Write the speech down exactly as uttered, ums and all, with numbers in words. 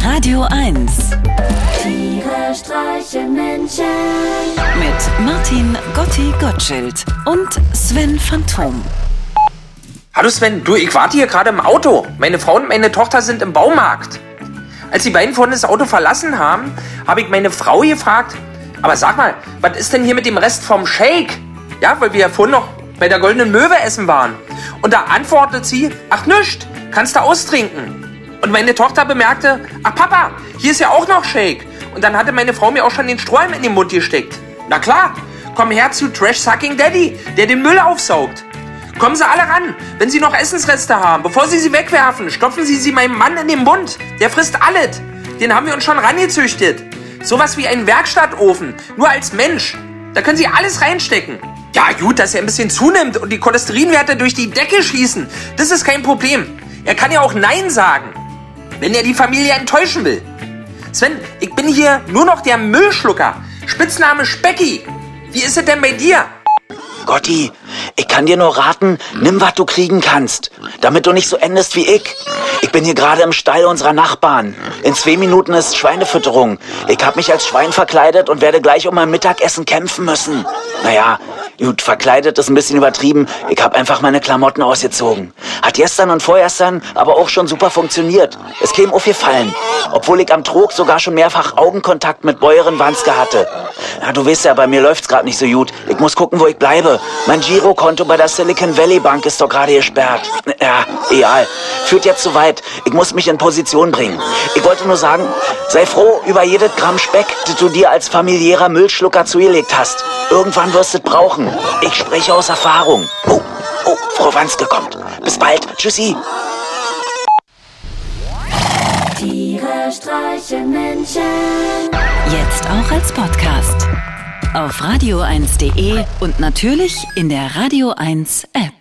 Radio eins. Tiere streichen Menschen. Mit Martin Gotti Gottschild und Sven Phantom. Hallo Sven, du, ich warte hier gerade im Auto. Meine Frau und meine Tochter sind im Baumarkt. Als die beiden vorhin das Auto verlassen haben, habe ich meine Frau gefragt, aber sag mal, was ist denn hier mit dem Rest vom Shake? Ja, weil wir ja vorhin noch bei der Goldenen Möwe essen waren. Und da antwortet sie, ach nischt, kannst du austrinken. Und meine Tochter bemerkte, ach Papa, hier ist ja auch noch Shake. Und dann hatte meine Frau mir auch schon den Strohhalm in den Mund gesteckt. Na klar, komm her zu Trash Sucking Daddy, der den Müll aufsaugt. Kommen Sie alle ran, wenn Sie noch Essensreste haben. Bevor Sie sie wegwerfen, stopfen Sie sie meinem Mann in den Mund. Der frisst alles. Den haben wir uns schon rangezüchtet. Sowas wie ein Werkstattofen, nur als Mensch. Da können Sie alles reinstecken. Ja gut, dass er ein bisschen zunimmt und die Cholesterinwerte durch die Decke schießen, das ist kein Problem. Er kann ja auch Nein sagen, wenn er die Familie enttäuschen will. Sven, ich bin hier nur noch der Müllschlucker. Spitzname Specki. Wie ist es denn bei dir? Gotti, ich kann dir nur raten, nimm, was du kriegen kannst, damit du nicht so endest wie ich. Ich bin hier gerade im Stall unserer Nachbarn. In zwei Minuten ist Schweinefütterung. Ich habe mich als Schwein verkleidet und werde gleich um mein Mittagessen kämpfen müssen. Naja, gut, verkleidet ist ein bisschen übertrieben. Ich habe einfach meine Klamotten ausgezogen. Hat gestern und vorgestern aber auch schon super funktioniert. Es käme aufgefallen. Obwohl ich am Trog sogar schon mehrfach Augenkontakt mit Bäuerin Wanske hatte. Ja, du weißt ja, bei mir läuft's gerade nicht so gut. Ich muss gucken, wo ich bleibe. Mein Girokonto bei der Silicon Valley Bank ist doch gerade gesperrt. Ja, egal. Führt jetzt zu weit. Ich muss mich in Position bringen. Ich wollte nur sagen, sei froh über jedes Gramm Speck, das du dir als familiärer Müllschlucker zugelegt hast. Irgendwann wirst du es brauchen. Ich spreche aus Erfahrung. Oh, oh, Frau Wanske kommt. Bis bald. Tschüssi. Tiere streichen Menschen. Jetzt auch als Podcast. Auf radio eins punkt de und natürlich in der Radio eins App.